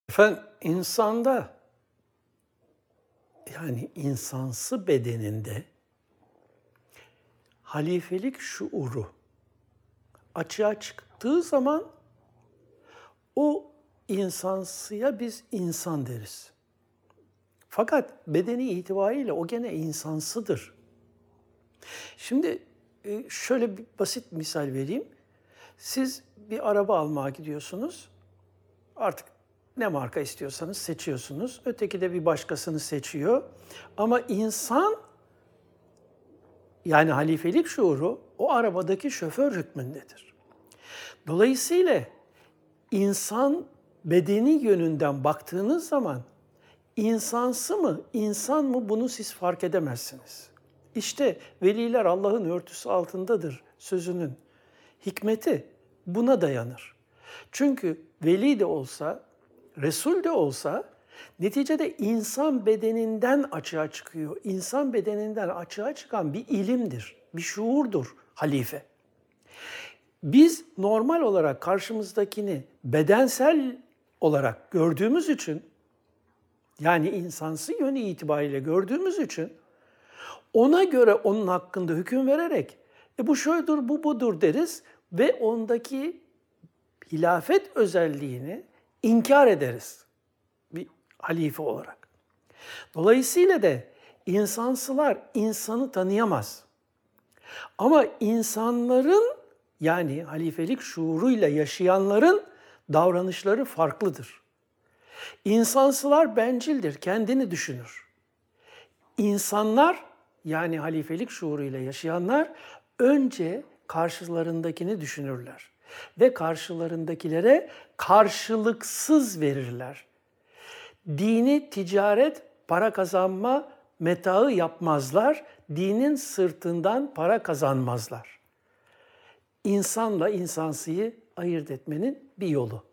Efendim insanda yani insansı bedeninde halifelik şuuru açığa çıktığı zaman o insansıya biz insan deriz. Fakat bedeni itibariyle o gene insansıdır. Şimdi şöyle bir basit misal vereyim. Siz bir araba almaya gidiyorsunuz. Artık ne marka istiyorsanız seçiyorsunuz. Öteki de bir başkasını seçiyor. Ama insan yani halifelik şuuru o arabadaki şoför hükmündedir. Dolayısıyla insan bedeni yönünden baktığınız zaman insansı mı, insan mı bunu siz fark edemezsiniz. İşte veliler Allah'ın örtüsü altındadır sözünün hikmeti buna dayanır. Çünkü veli de olsa, Resul de olsa neticede insan bedeninden açığa çıkıyor. İnsan bedeninden açığa çıkan bir ilimdir, bir şuurdur halife. Biz normal olarak karşımızdakini bedensel olarak gördüğümüz için, yani insansı yönü itibariyle gördüğümüz için ona göre onun hakkında hüküm vererek bu şöyledir, bu budur deriz ve ondaki hilafet özelliğini inkar ederiz bir halife olarak. Dolayısıyla da insansılar insanı tanıyamaz. Ama insanların yani halifelik şuuruyla yaşayanların davranışları farklıdır. İnsansılar bencildir, kendini düşünür. İnsanlar yani halifelik şuuruyla yaşayanlar önce karşılarındakini düşünürler ve karşılarındakilere karşılıksız verirler. Dini ticaret, para kazanma metaı yapmazlar, dinin sırtından para kazanmazlar. İnsanla insansıyı ayırt etmenin bir yolu.